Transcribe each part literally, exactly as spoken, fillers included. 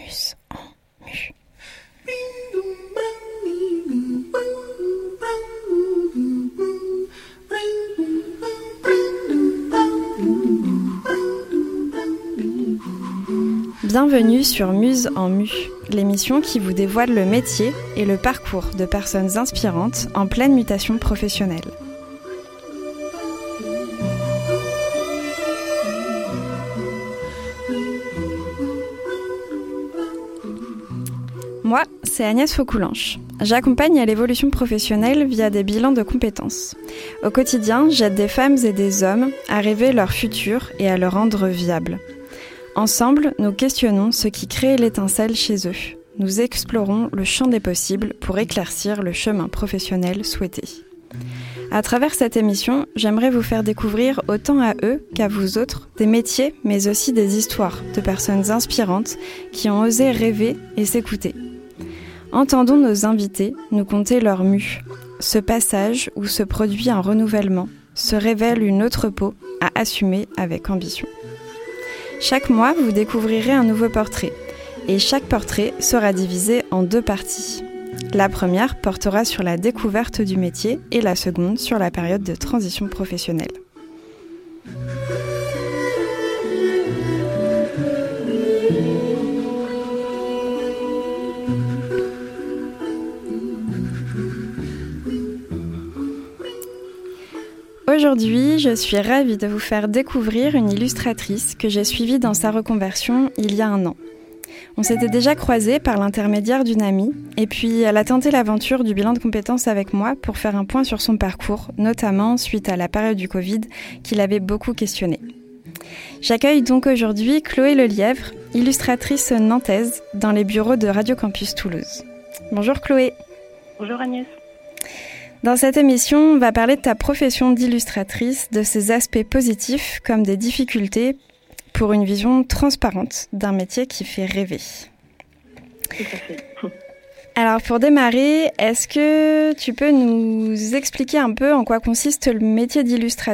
Muse en Mu. Bienvenue sur Muse en Mu, l'émission qui vous dévoile le métier et le parcours de personnes inspirantes en pleine mutation professionnelle. Moi, c'est Agnès Faucoulanche. J'accompagne à l'évolution professionnelle via des bilans de compétences. Au quotidien, j'aide des femmes et des hommes à rêver leur futur et à le rendre viable. Ensemble, nous questionnons ce qui crée l'étincelle chez eux. Nous explorons le champ des possibles pour éclaircir le chemin professionnel souhaité. À travers cette émission, j'aimerais vous faire découvrir autant à eux qu'à vous autres des métiers, mais aussi des histoires de personnes inspirantes qui ont osé rêver et s'écouter. Entendons nos invités nous conter leur mue, ce passage où se produit un renouvellement, se révèle une autre peau à assumer avec ambition. Chaque mois, vous découvrirez un nouveau portrait, et chaque portrait sera divisé en deux parties. La première portera sur la découverte du métier et la seconde sur la période de transition professionnelle. Aujourd'hui, je suis ravie de vous faire découvrir une illustratrice que j'ai suivie dans sa reconversion il y a un an. On s'était déjà croisés par l'intermédiaire d'une amie, et puis elle a tenté l'aventure du bilan de compétences avec moi pour faire un point sur son parcours, notamment suite à la période du Covid qui l'avait beaucoup questionnée. J'accueille donc aujourd'hui Chloé Lelièvre, illustratrice nantaise dans les bureaux de Radio Campus Toulouse. Bonjour Chloé. Bonjour Agnès. Dans cette émission, on va parler de ta profession d'illustratrice, de ses aspects positifs comme des difficultés, pour une vision transparente d'un métier qui fait rêver. Tout à fait. Alors pour démarrer, est-ce que tu peux nous expliquer un peu en quoi consiste le métier d'illustratrice ?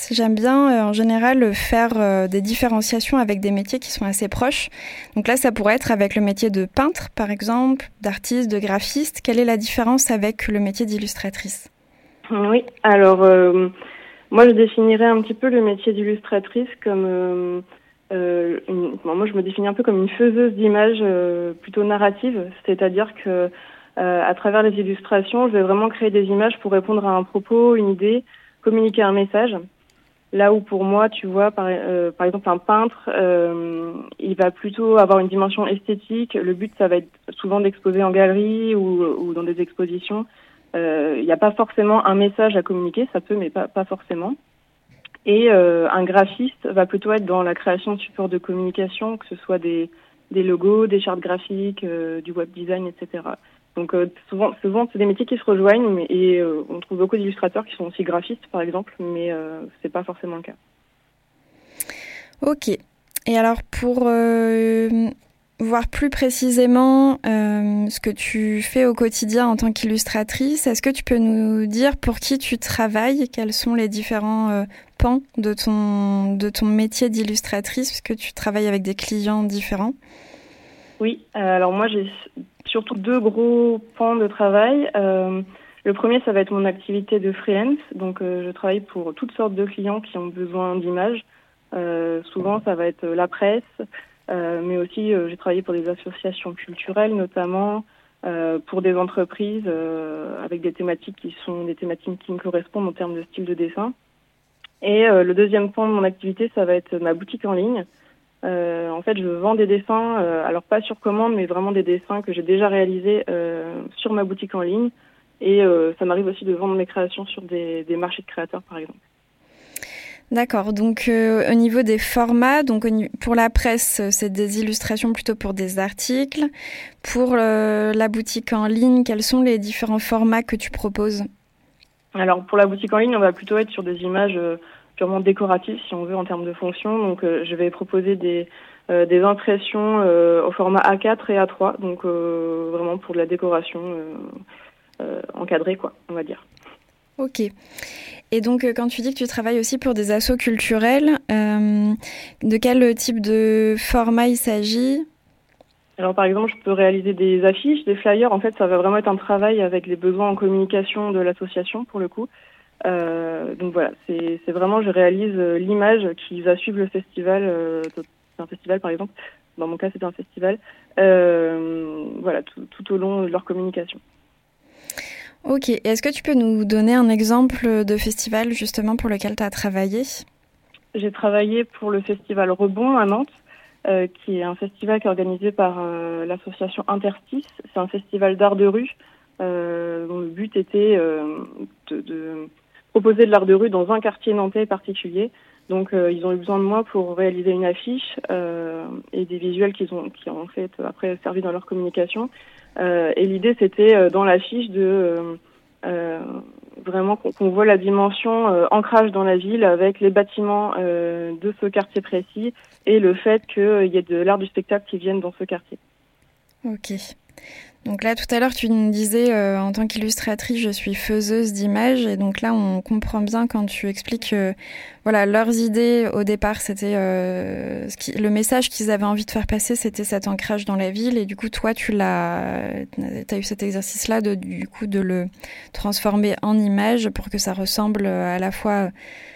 J'aime bien euh, en général faire euh, des différenciations avec des métiers qui sont assez proches. Donc là, ça pourrait être avec le métier de peintre, par exemple, d'artiste, de graphiste. Quelle est la différence avec le métier d'illustratrice ? Oui, alors euh, moi je définirais un petit peu le métier d'illustratrice comme... Euh, Euh, une, bon, moi, je me définis un peu comme une faiseuse d'images euh, plutôt narrative, c'est-à-dire que euh, à travers les illustrations, je vais vraiment créer des images pour répondre à un propos, une idée, communiquer un message. Là où pour moi, tu vois, par, euh, par exemple, un peintre, euh, il va plutôt avoir une dimension esthétique. Le but, ça va être souvent d'exposer en galerie ou, ou dans des expositions. Euh, il n'y a pas forcément un message à communiquer, ça peut, mais pas, pas forcément. Et euh, un graphiste va plutôt être dans la création de supports de communication, que ce soit des, des logos, des chartes graphiques, euh, du web design, et cetera. Donc euh, souvent, souvent c'est des métiers qui se rejoignent, mais, et euh, on trouve beaucoup d'illustrateurs qui sont aussi graphistes, par exemple, mais euh, c'est pas forcément le cas. Ok. Et alors pour euh, voir plus précisément euh, ce que tu fais au quotidien en tant qu'illustratrice, est-ce que tu peux nous dire pour qui tu travailles, quels sont les différents euh, pans de ton, de ton métier d'illustratrice, puisque tu travailles avec des clients différents ? Oui, euh, alors moi j'ai surtout deux gros pans de travail. Euh, le premier, ça va être mon activité de freelance, donc euh, je travaille pour toutes sortes de clients qui ont besoin d'images. Euh, souvent, ça va être la presse, euh, mais aussi euh, j'ai travaillé pour des associations culturelles, notamment euh, pour des entreprises euh, avec des thématiques qui sont des thématiques qui me correspondent en termes de style de dessin. Et euh, le deuxième point de mon activité, ça va être ma boutique en ligne. Euh, en fait, je vends des dessins, euh, alors pas sur commande, mais vraiment des dessins que j'ai déjà réalisés euh, sur ma boutique en ligne. Et euh, ça m'arrive aussi de vendre mes créations sur des, des marchés de créateurs, par exemple. D'accord. Donc, euh, au niveau des formats, donc pour la presse, c'est des illustrations plutôt pour des articles. Pour euh, la boutique en ligne, quels sont les différents formats que tu proposes ? Alors, pour la boutique en ligne, on va plutôt être sur des images euh, purement décoratives, si on veut, en termes de fonction. Donc, euh, je vais proposer des, euh, des impressions euh, au format A quatre et A trois, donc euh, vraiment pour de la décoration euh, euh, encadrée, quoi, on va dire. Ok. Et donc, quand tu dis que tu travailles aussi pour des assos culturels, euh, de quel type de format il s'agit ? Alors par exemple, je peux réaliser des affiches, des flyers. En fait, ça va vraiment être un travail avec les besoins en communication de l'association pour le coup. Euh, donc voilà, c'est, c'est vraiment, je réalise l'image qui va suivre le festival. Euh, c'est un festival par exemple. Dans mon cas, c'était un festival. Euh, voilà, tout, tout au long de leur communication. Ok. Est-ce que tu peux nous donner un exemple de festival justement pour lequel tu as travaillé ? J'ai travaillé pour le festival Rebond à Nantes, euh, qui est un festival qui est organisé par euh, l'association Interstice. C'est un festival d'art de rue euh, dont le but était euh, de, de proposer de l'art de rue dans un quartier nantais particulier. Donc euh, ils ont eu besoin de moi pour réaliser une affiche euh, et des visuels qu'ils ont, qui ont en fait après servi dans leur communication. Euh, et l'idée c'était euh, dans l'affiche de euh, euh, vraiment qu'on, qu'on voit la dimension euh, ancrage dans la ville avec les bâtiments euh, de ce quartier précis et le fait qu'il euh, y ait de l'art du spectacle qui vienne dans ce quartier. Ok. Donc là, tout à l'heure, tu nous disais, euh, en tant qu'illustratrice, je suis faiseuse d'images. Et donc là, on comprend bien quand tu expliques que voilà, leurs idées, au départ, c'était euh, ce qui, le message qu'ils avaient envie de faire passer, c'était cet ancrage dans la ville. Et du coup, toi, tu l'as, t'as eu cet exercice-là de, du coup, de le transformer en image pour que ça ressemble à la fois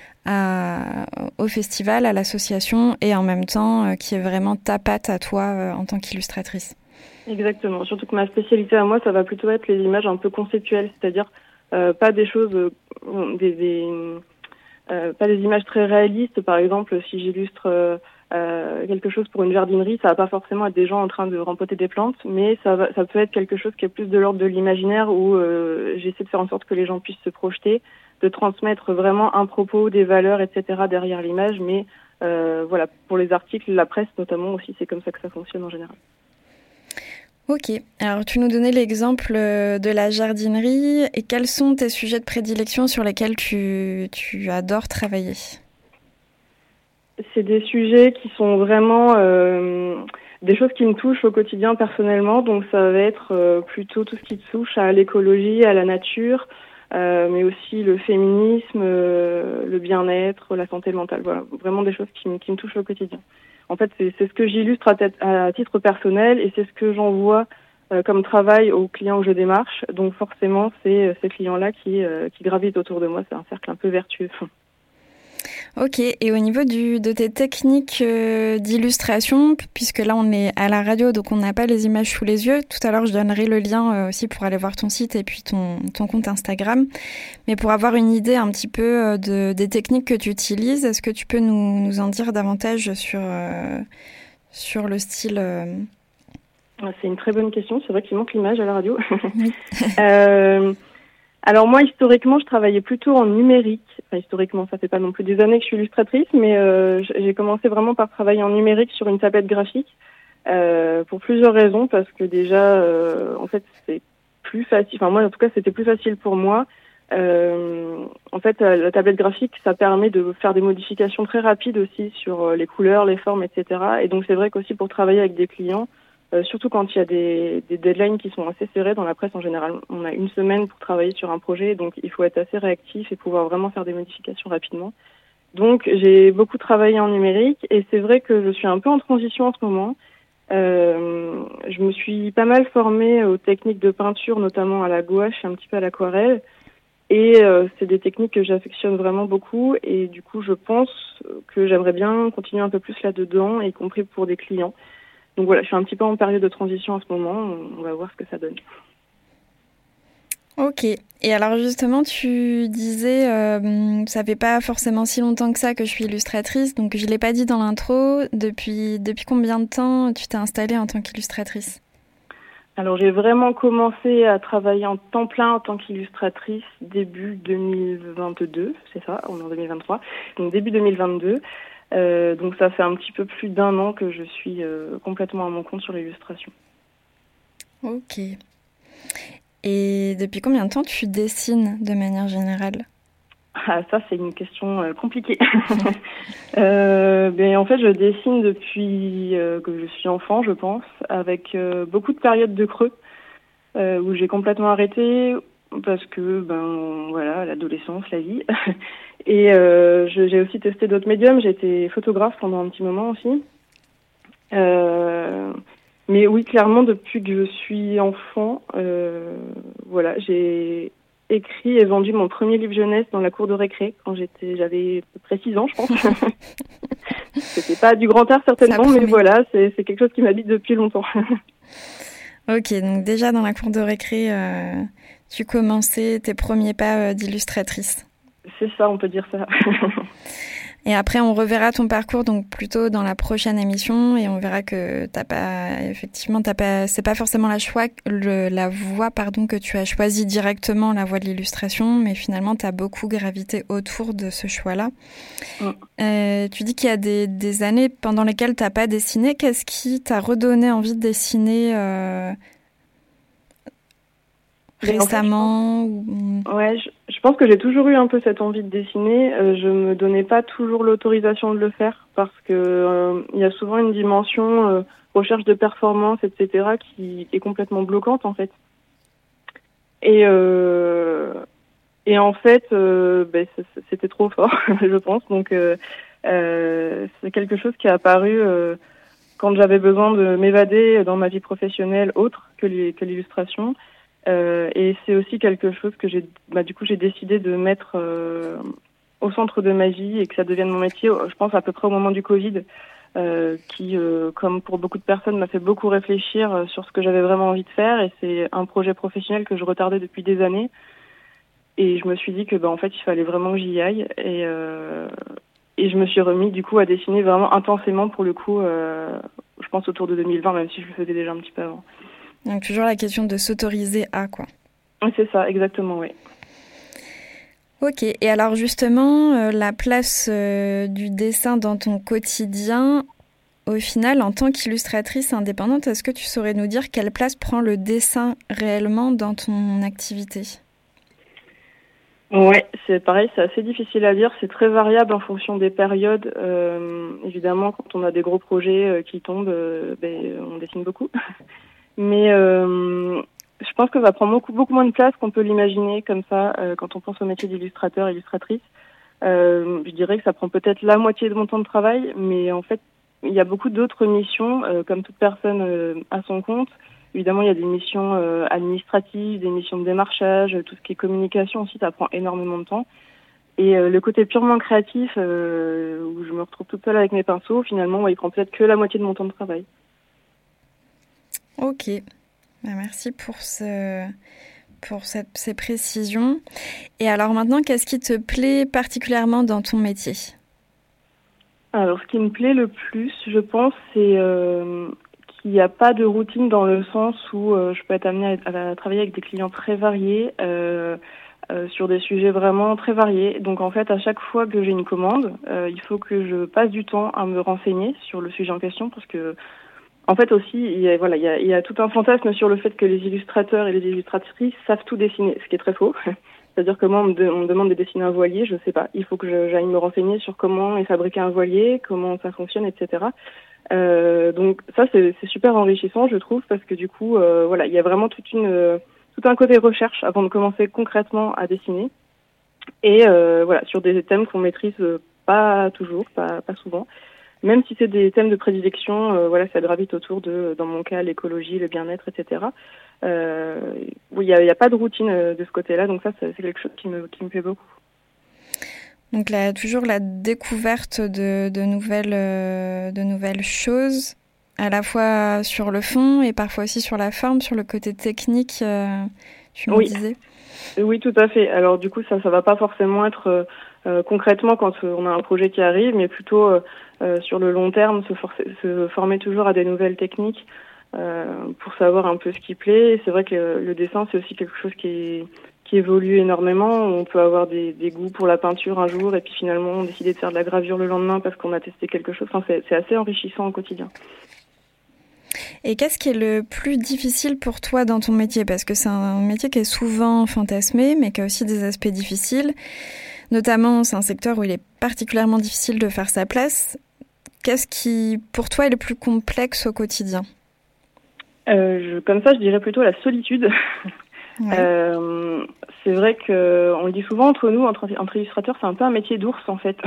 à, au festival, à l'association, et en même temps, euh, qui est vraiment ta patte à toi euh, en tant qu'illustratrice. Exactement. Surtout que ma spécialité à moi, ça va plutôt être les images un peu conceptuelles, c'est-à-dire euh, pas des choses, euh, des, des euh, pas des images très réalistes. Par exemple, si j'illustre euh, euh, quelque chose pour une jardinerie, ça va pas forcément être des gens en train de rempoter des plantes, mais ça va, ça peut être quelque chose qui est plus de l'ordre de l'imaginaire où euh, j'essaie de faire en sorte que les gens puissent se projeter, de transmettre vraiment un propos, des valeurs, et cetera derrière l'image. Mais euh, voilà, pour les articles, la presse notamment aussi, c'est comme ça que ça fonctionne en général. Ok, alors tu nous donnais l'exemple de la jardinerie et quels sont tes sujets de prédilection sur lesquels tu, tu adores travailler ? C'est des sujets qui sont vraiment euh, des choses qui me touchent au quotidien personnellement, donc ça va être euh, plutôt tout ce qui touche à l'écologie, à la nature, euh, mais aussi le féminisme, euh, le bien-être, la santé mentale, voilà, vraiment des choses qui, qui me touchent au quotidien. En fait, c'est, c'est ce que j'illustre à, tête, à titre personnel et c'est ce que j'envoie euh, comme travail aux clients que je démarche. Donc forcément, c'est ces clients-là qui, euh, qui gravitent autour de moi. C'est un cercle un peu vertueux. Ok, et au niveau du, de tes techniques euh, d'illustration, puisque là on est à la radio, donc on n'a pas les images sous les yeux. Tout à l'heure, je donnerai le lien euh, aussi pour aller voir ton site et puis ton, ton compte Instagram. Mais pour avoir une idée un petit peu euh, de, des techniques que tu utilises, est-ce que tu peux nous, nous en dire davantage sur, euh, sur le style euh... C'est une très bonne question. C'est vrai qu'il manque l'image à la radio. Oui. euh, alors moi, historiquement, je travaillais plutôt en numérique. Enfin, historiquement, ça fait pas non plus des années que je suis illustratrice, mais euh, j'ai commencé vraiment par travailler en numérique sur une tablette graphique euh, pour plusieurs raisons. Parce que déjà, euh, en fait, c'est plus facile. Enfin, moi, en tout cas, c'était plus facile pour moi. Euh, en fait, la tablette graphique, ça permet de faire des modifications très rapides aussi sur les couleurs, les formes, et cetera. Et donc, c'est vrai qu'aussi pour travailler avec des clients, Euh, surtout quand il y a des, des deadlines qui sont assez serrées dans la presse en général. On a une semaine pour travailler sur un projet, donc il faut être assez réactif et pouvoir vraiment faire des modifications rapidement. Donc j'ai beaucoup travaillé en numérique et c'est vrai que je suis un peu en transition en ce moment. Euh, je me suis pas mal formée aux techniques de peinture, notamment à la gouache, un petit peu à l'aquarelle. Et euh, c'est des techniques que j'affectionne vraiment beaucoup et du coup je pense que j'aimerais bien continuer un peu plus là-dedans, y compris pour des clients. Donc voilà, je suis un petit peu en période de transition en ce moment, on va voir ce que ça donne. Ok, et alors justement tu disais, euh, ça fait pas forcément si longtemps que ça que je suis illustratrice, donc je l'ai pas dit dans l'intro, depuis, depuis combien de temps tu t'es installée en tant qu'illustratrice ? Alors j'ai vraiment commencé à travailler en temps plein en tant qu'illustratrice début deux mille vingt-deux, c'est ça, on est en deux mille vingt-trois, donc début deux mille vingt-deux. Euh, donc ça fait un petit peu plus d'un an que je suis euh, complètement à mon compte sur l'illustration. Ok. Et depuis combien de temps tu dessines de manière générale ? Ah, ça c'est une question euh, compliquée. euh, ben, en fait je dessine depuis euh, que je suis enfant je pense, avec euh, beaucoup de périodes de creux euh, où j'ai complètement arrêté parce que ben voilà l'adolescence, la vie. Et euh, je, j'ai aussi testé d'autres médiums. J'ai été photographe pendant un petit moment aussi. Euh, Mais oui, clairement, depuis que je suis enfant, euh, voilà, j'ai écrit et vendu mon premier livre jeunesse dans la cour de récré quand j'étais, j'avais à peu près six ans, je pense. C'était pas du grand art certainement, mais voilà, c'est, c'est quelque chose qui m'habite depuis longtemps. Ok, donc déjà dans la cour de récré, euh, tu commençais tes premiers pas euh, d'illustratrice. C'est ça, on peut dire ça. Et après, on reverra ton parcours donc plutôt dans la prochaine émission et on verra que t'as pas, effectivement, t'as pas, c'est pas forcément la choix, le, la voie, pardon, que tu as choisi directement, la voie de l'illustration, mais finalement, t'as beaucoup gravité autour de ce choix-là. Mm. Euh, tu dis qu'il y a des, des années pendant lesquelles t'as pas dessiné. Qu'est-ce qui t'a redonné envie de dessiner euh, récemment? En fait, je pense, ouais, je, je pense que j'ai toujours eu un peu cette envie de dessiner. Euh, je me donnais pas toujours l'autorisation de le faire parce que euh, il y a souvent une dimension euh, recherche de performance, et cetera, qui est complètement bloquante en fait. Et euh, et en fait, euh, ben, c'était trop fort, je pense. Donc euh, euh, c'est quelque chose qui est apparu euh, quand j'avais besoin de m'évader dans ma vie professionnelle autre que, les, que l'illustration. Euh, et c'est aussi quelque chose que j'ai, bah, du coup, j'ai décidé de mettre euh, au centre de ma vie et que ça devienne mon métier. Je pense à peu près au moment du Covid, euh, qui, euh, comme pour beaucoup de personnes, m'a fait beaucoup réfléchir sur ce que j'avais vraiment envie de faire. Et c'est un projet professionnel que je retardais depuis des années. Et je me suis dit que, bah, en fait, il fallait vraiment que j'y aille. Et, euh, et je me suis remis, du coup, à dessiner vraiment intensément pour le coup. Euh, je pense autour de deux mille vingt, même si je le faisais déjà un petit peu avant. Donc toujours la question de s'autoriser à, quoi. C'est ça, exactement, oui. Ok, et alors justement, euh, la place euh, du dessin dans ton quotidien, au final, en tant qu'illustratrice indépendante, est-ce que tu saurais nous dire quelle place prend le dessin réellement dans ton activité ? Ouais, c'est pareil, c'est assez difficile à dire, c'est très variable en fonction des périodes. Euh, évidemment, quand on a des gros projets euh, qui tombent, euh, ben, on dessine beaucoup. Mais euh, je pense que ça prend beaucoup, beaucoup moins de place qu'on peut l'imaginer comme ça euh, quand on pense au métier d'illustrateur, illustratrice. Euh, je dirais que ça prend peut-être la moitié de mon temps de travail, mais en fait, il y a beaucoup d'autres missions, euh, comme toute personne euh, à son compte. Évidemment, il y a des missions euh, administratives, des missions de démarchage, tout ce qui est communication aussi, ça prend énormément de temps. Et euh, le côté purement créatif, euh, où je me retrouve toute seule avec mes pinceaux, finalement, ouais, il prend peut-être que la moitié de mon temps de travail. Ok, merci pour, ce, pour cette, ces précisions. Et alors maintenant, qu'est-ce qui te plaît particulièrement dans ton métier ? Alors, ce qui me plaît le plus, je pense, c'est euh, qu'il n'y a pas de routine dans le sens où euh, je peux être amenée à, à travailler avec des clients très variés, euh, euh, sur des sujets vraiment très variés. Donc, en fait, à chaque fois que j'ai une commande, euh, il faut que je passe du temps à me renseigner sur le sujet en question parce que en fait aussi, il y a, voilà, il y a, il y a tout un fantasme sur le fait que les illustrateurs et les illustratrices savent tout dessiner, ce qui est très faux. C'est-à-dire que moi, on me, de, on me demande de dessiner un voilier, je sais pas. Il faut que je, j'aille me renseigner sur comment est fabriqué un voilier, comment ça fonctionne, et cetera. Euh, donc ça, c'est, c'est super enrichissant, je trouve, parce que du coup, euh, voilà, il y a vraiment toute une, euh, tout un côté recherche avant de commencer concrètement à dessiner. Et euh, voilà, sur des thèmes qu'on maîtrise pas toujours, pas, pas souvent. Même si c'est des thèmes de prédilection, euh, voilà, ça gravite autour de, dans mon cas, l'écologie, le bien-être, et cetera. Euh, oui, il n'y a, y a pas de routine euh, de ce côté-là, donc ça, c'est, c'est quelque chose qui me, qui me plaît beaucoup. Donc là, toujours la découverte de, de nouvelles, euh, de nouvelles choses, à la fois sur le fond et parfois aussi sur la forme, sur le côté technique, euh, tu me oui. disais. Oui, tout à fait. Alors du coup, ça, ça va pas forcément être euh, euh, concrètement quand euh, on a un projet qui arrive, mais plutôt euh, euh, sur le long terme, se, forcer, se former toujours à des nouvelles techniques euh, pour savoir un peu ce qui plaît. Et c'est vrai que le, le dessin, c'est aussi quelque chose qui est qui évolue énormément. On peut avoir des, des goûts pour la peinture un jour et puis finalement décider de faire de la gravure le lendemain parce qu'on a testé quelque chose. Enfin, c'est, c'est assez enrichissant au quotidien. Et qu'est-ce qui est le plus difficile pour toi dans ton métier ? Parce que c'est un métier qui est souvent fantasmé, mais qui a aussi des aspects difficiles. Notamment, c'est un secteur où il est particulièrement difficile de faire sa place. Qu'est-ce qui, pour toi, est le plus complexe au quotidien ? euh, je, Comme ça, je dirais plutôt la solitude. Ouais. Euh, c'est vrai que on le dit souvent entre nous, entre, entre illustrateurs, c'est un peu un métier d'ours en fait.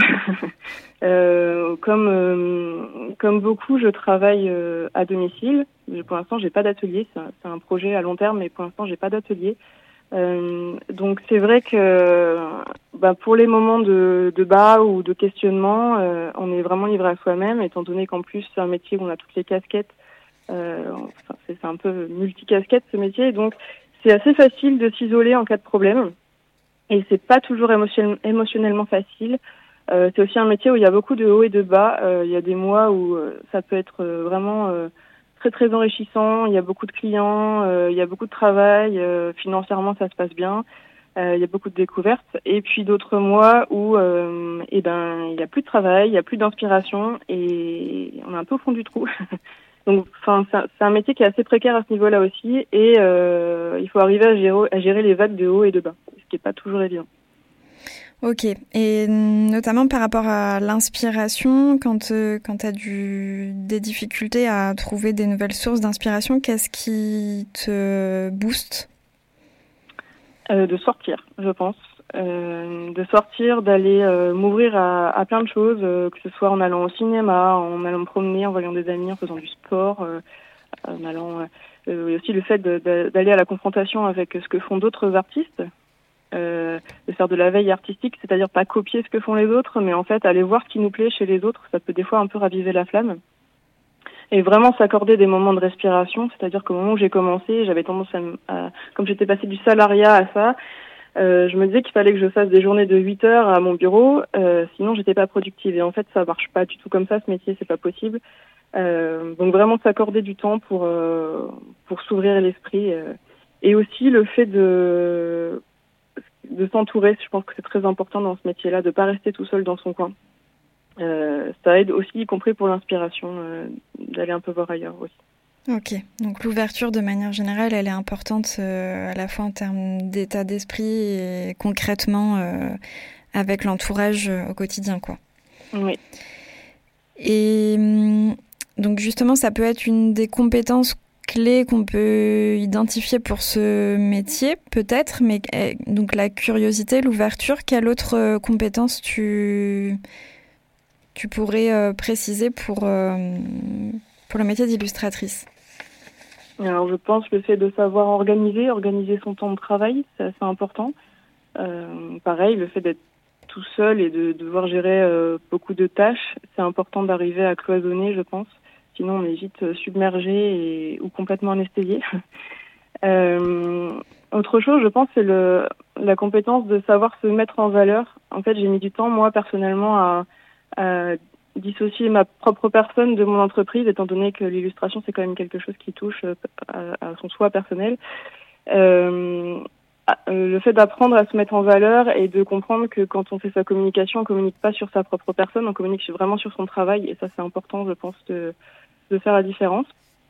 euh, comme euh, comme beaucoup, je travaille euh, à domicile. Pour l'instant, j'ai pas d'atelier. C'est un, c'est un projet à long terme, mais pour l'instant, j'ai pas d'atelier. Euh, donc c'est vrai que bah, pour les moments de, de bas ou de questionnement, euh, on est vraiment livré à soi-même, étant donné qu'en plus c'est un métier où on a toutes les casquettes. Euh, enfin, c'est, c'est un peu multicasquette ce métier, donc c'est assez facile de s'isoler en cas de problème. Et c'est pas toujours émotion, émotionnellement facile. Euh, c'est aussi un métier où il y a beaucoup de hauts et de bas. Euh, il y a des mois où euh, ça peut être vraiment euh, très très enrichissant. Il y a beaucoup de clients, euh, il y a beaucoup de travail. Euh, financièrement, ça se passe bien. Euh, il y a beaucoup de découvertes. Et puis d'autres mois où, euh, eh ben, il y a plus de travail, il y a plus d'inspiration et on est un peu au fond du trou. Donc, enfin, c'est, c'est un métier qui est assez précaire à ce niveau-là aussi, et euh, il faut arriver à gérer, à gérer les vagues de haut et de bas, ce qui est pas toujours évident. Ok, et notamment par rapport à l'inspiration, quand euh, quand t'as du des difficultés à trouver des nouvelles sources d'inspiration, qu'est-ce qui te booste ? euh, De sortir, je pense. Euh, de sortir, d'aller euh, m'ouvrir à, à plein de choses, euh, que ce soit en allant au cinéma, en allant me promener, en voyant des amis, en faisant du sport, euh, en allant euh, et aussi le fait de, de, d'aller à la confrontation avec ce que font d'autres artistes, euh, de faire de la veille artistique, c'est-à-dire pas copier ce que font les autres, mais en fait aller voir ce qui nous plaît chez les autres, ça peut des fois un peu raviver la flamme. Et vraiment s'accorder des moments de respiration, c'est-à-dire qu'au moment où j'ai commencé, j'avais tendance à, à comme j'étais passée du salariat à ça, Euh, je me disais qu'il fallait que je fasse des journées de huit heures à mon bureau, euh, sinon j'étais pas productive. Et en fait, ça marche pas du tout comme ça. Ce métier, c'est pas possible. Euh, donc vraiment s'accorder du temps pour euh, pour s'ouvrir l'esprit, euh, et aussi le fait de de s'entourer. Je pense que c'est très important dans ce métier-là, de pas rester tout seul dans son coin. Euh, ça aide aussi, y compris pour l'inspiration, euh, d'aller un peu voir ailleurs aussi. Ok, donc l'ouverture de manière générale, elle est importante euh, à la fois en termes d'état d'esprit et concrètement euh, avec l'entourage euh, au quotidien, quoi. Oui. Et donc justement, ça peut être une des compétences clés qu'on peut identifier pour ce métier, peut-être, mais donc la curiosité, l'ouverture, quelle autre compétence tu, tu pourrais euh, préciser pour... Euh, pour le métier d'illustratrice? Alors, je pense que le fait de savoir organiser, organiser son temps de travail, c'est assez important. Euh, pareil, le fait d'être tout seul et de, de devoir gérer euh, beaucoup de tâches, c'est important d'arriver à cloisonner, je pense. Sinon, on est vite submergé et, ou complètement anesthésié. euh, autre chose, je pense, c'est le, la compétence de savoir se mettre en valeur. En fait, j'ai mis du temps, moi, personnellement, à... à dissocier ma propre personne de mon entreprise, étant donné que l'illustration, c'est quand même quelque chose qui touche à, à son soi personnel. Euh, le fait d'apprendre à se mettre en valeur et de comprendre que quand on fait sa communication, on communique pas sur sa propre personne, on communique vraiment sur son travail, et ça, c'est important, je pense, de, de faire la différence.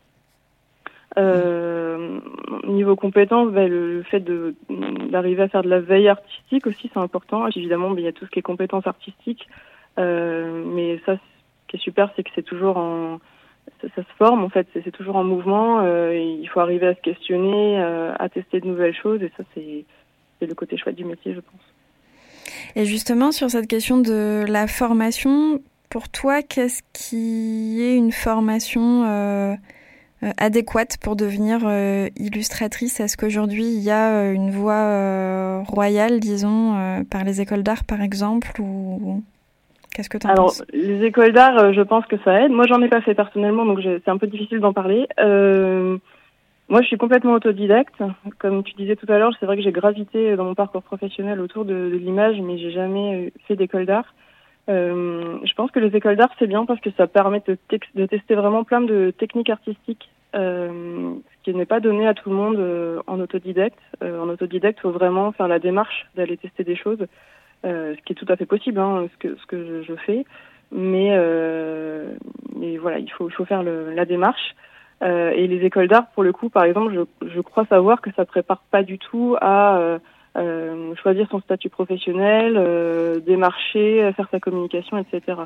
Euh, niveau compétences, ben, le, le fait de, d'arriver à faire de la veille artistique aussi, c'est important. Évidemment, ben, il y a tout ce qui est compétences artistiques. Euh, mais ça, ce qui est super, c'est que c'est toujours en, ça, ça se forme en fait, c'est, c'est toujours en mouvement. Euh, il faut arriver à se questionner, euh, à tester de nouvelles choses, et ça, c'est, c'est le côté chouette du métier, je pense. Et justement, sur cette question de la formation, pour toi, qu'est-ce qui est une formation euh, adéquate pour devenir euh, illustratrice? Est-ce qu'aujourd'hui, il y a une voie euh, royale, disons, euh, par les écoles d'art, par exemple, ou... Qu'est-ce que tu en penses ? Alors, les écoles d'art, je pense que ça aide. Moi, j'en ai pas fait personnellement, donc je, c'est un peu difficile d'en parler. Euh, moi, je suis complètement autodidacte. Comme tu disais tout à l'heure, c'est vrai que j'ai gravité dans mon parcours professionnel autour de, de l'image, mais j'ai jamais fait d'école d'art. Euh, je pense que les écoles d'art, c'est bien parce que ça permet de, tex- de tester vraiment plein de techniques artistiques, euh, ce qui n'est pas donné à tout le monde euh, en autodidacte. Euh, en autodidacte, il faut vraiment faire la démarche d'aller tester des choses. Euh, ce qui est tout à fait possible, hein, ce que ce que je, je fais, mais euh, mais voilà, il faut il faut faire le, la démarche. Euh, et les écoles d'art, pour le coup, par exemple, je je crois savoir que ça prépare pas du tout à euh, euh, choisir son statut professionnel, euh, démarcher, faire sa communication, et cetera.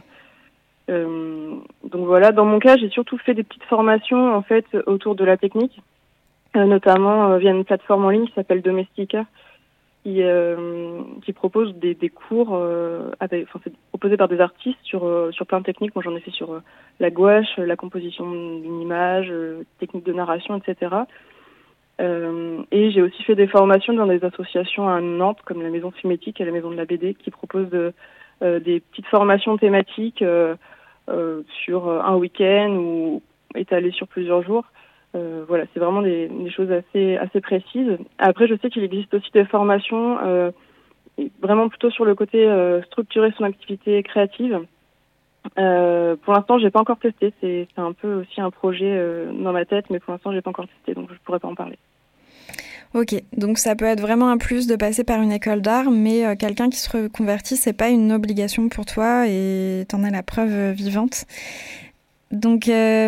Euh, donc voilà, dans mon cas, j'ai surtout fait des petites formations en fait autour de la technique. euh, notamment euh, via une plateforme en ligne qui s'appelle Domestika, qui, euh, qui propose des, des cours euh, avec, enfin, c'est proposé par des artistes sur, euh, sur plein de techniques. Moi, j'en ai fait sur euh, la gouache, la composition d'une image, euh, techniques de narration, et cetera. Euh, et j'ai aussi fait des formations dans des associations à Nantes, comme la Maison Cinématique et la Maison de la B D, qui proposent de, euh, des petites formations thématiques euh, euh, sur un week-end ou étalées sur plusieurs jours. Euh, voilà, c'est vraiment des, des choses assez, assez précises. Après, je sais qu'il existe aussi des formations euh, vraiment plutôt sur le côté euh, structurer son activité créative. Euh, pour l'instant, j'ai pas encore testé. C'est, c'est un peu aussi un projet euh, dans ma tête, mais pour l'instant, j'ai pas encore testé, donc je pourrais pas en parler. Ok, donc ça peut être vraiment un plus de passer par une école d'art, mais euh, quelqu'un qui se reconvertit, c'est pas une obligation pour toi et t'en as la preuve vivante. Donc, euh,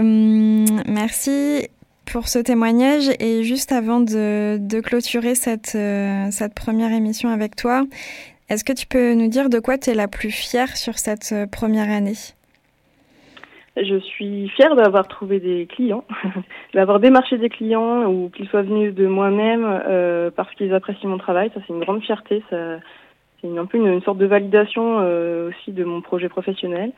merci pour ce témoignage. Et juste avant de, de clôturer cette, euh, cette première émission avec toi, est-ce que tu peux nous dire de quoi tu es la plus fière sur cette première année ? Je suis fière d'avoir trouvé des clients, d'avoir démarché des clients ou qu'ils soient venus de moi-même euh, parce qu'ils apprécient mon travail. Ça, c'est une grande fierté. Ça, c'est une, un peu une, une sorte de validation euh, aussi de mon projet professionnel.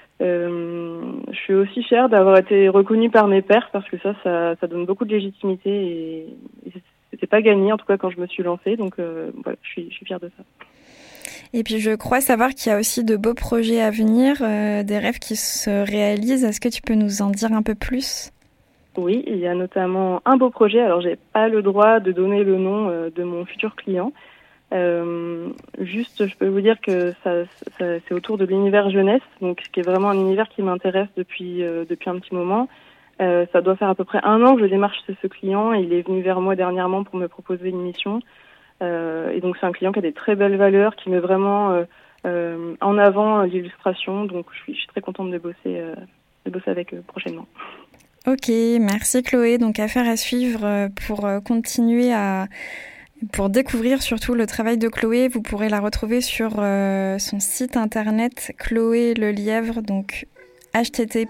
Euh, je suis aussi fière d'avoir été reconnue par mes pairs parce que ça, ça, ça donne beaucoup de légitimité et, et c'était pas gagné en tout cas quand je me suis lancée. Donc euh, voilà, je suis, je suis fière de ça. Et puis je crois savoir qu'il y a aussi de beaux projets à venir, euh, des rêves qui se réalisent. Est-ce que tu peux nous en dire un peu plus ? Oui, il y a notamment un beau projet. Alors j'ai pas le droit de donner le nom euh, de mon futur client. Euh, juste, je peux vous dire que ça, ça, c'est autour de l'univers jeunesse, donc ce qui est vraiment un univers qui m'intéresse depuis euh, depuis un petit moment. Euh, ça doit faire à peu près un an que je démarche ce, ce client. Il est venu vers moi dernièrement pour me proposer une mission. Euh, et donc c'est un client qui a des très belles valeurs, qui met vraiment euh, euh, en avant l'illustration. Donc je suis, je suis très contente de bosser, euh, de bosser avec eux prochainement. Ok, merci Chloé. Donc affaire à suivre pour continuer à Pour découvrir surtout le travail de Chloé, vous pourrez la retrouver sur euh, son site internet Chloé Lelièvre, donc http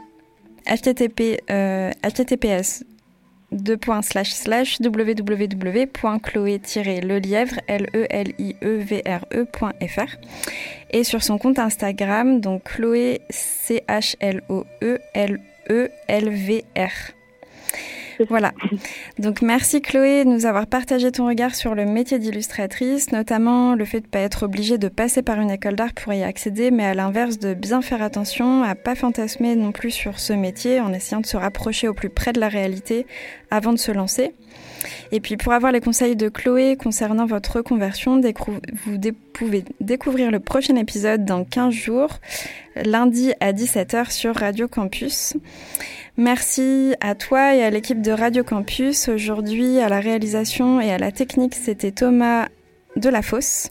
http euh, https deux points slash slash www point chloé tiret lelièvre l e l i e v r e point f r et sur son compte Instagram donc Chloé c h l o e l e l v r. Voilà. Donc merci Chloé de nous avoir partagé ton regard sur le métier d'illustratrice, notamment le fait de ne pas être obligée de passer par une école d'art pour y accéder, mais à l'inverse de bien faire attention à ne pas fantasmer non plus sur ce métier en essayant de se rapprocher au plus près de la réalité avant de se lancer. Et puis pour avoir les conseils de Chloé concernant votre reconversion, décou- vous dé- pouvez découvrir le prochain épisode dans quinze jours, lundi à dix-sept heures sur Radio Campus. Merci à toi et à l'équipe de Radio Campus. Aujourd'hui, à la réalisation et à la technique, c'était Thomas Delafosse.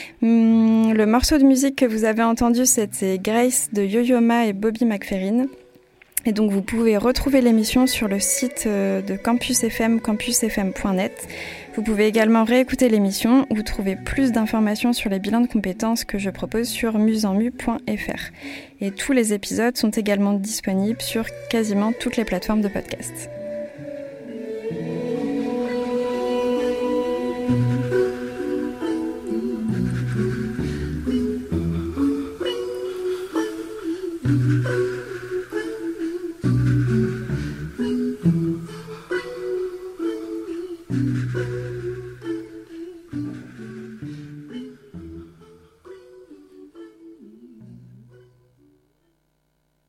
Le morceau de musique que vous avez entendu, c'était Grace de Yo-Yo Ma et Bobby McFerrin. Et donc, vous pouvez retrouver l'émission sur le site de Campus F M, campus f m point net. Vous pouvez également réécouter l'émission ou trouver plus d'informations sur les bilans de compétences que je propose sur musenmu point f r. Et tous les épisodes sont également disponibles sur quasiment toutes les plateformes de podcast.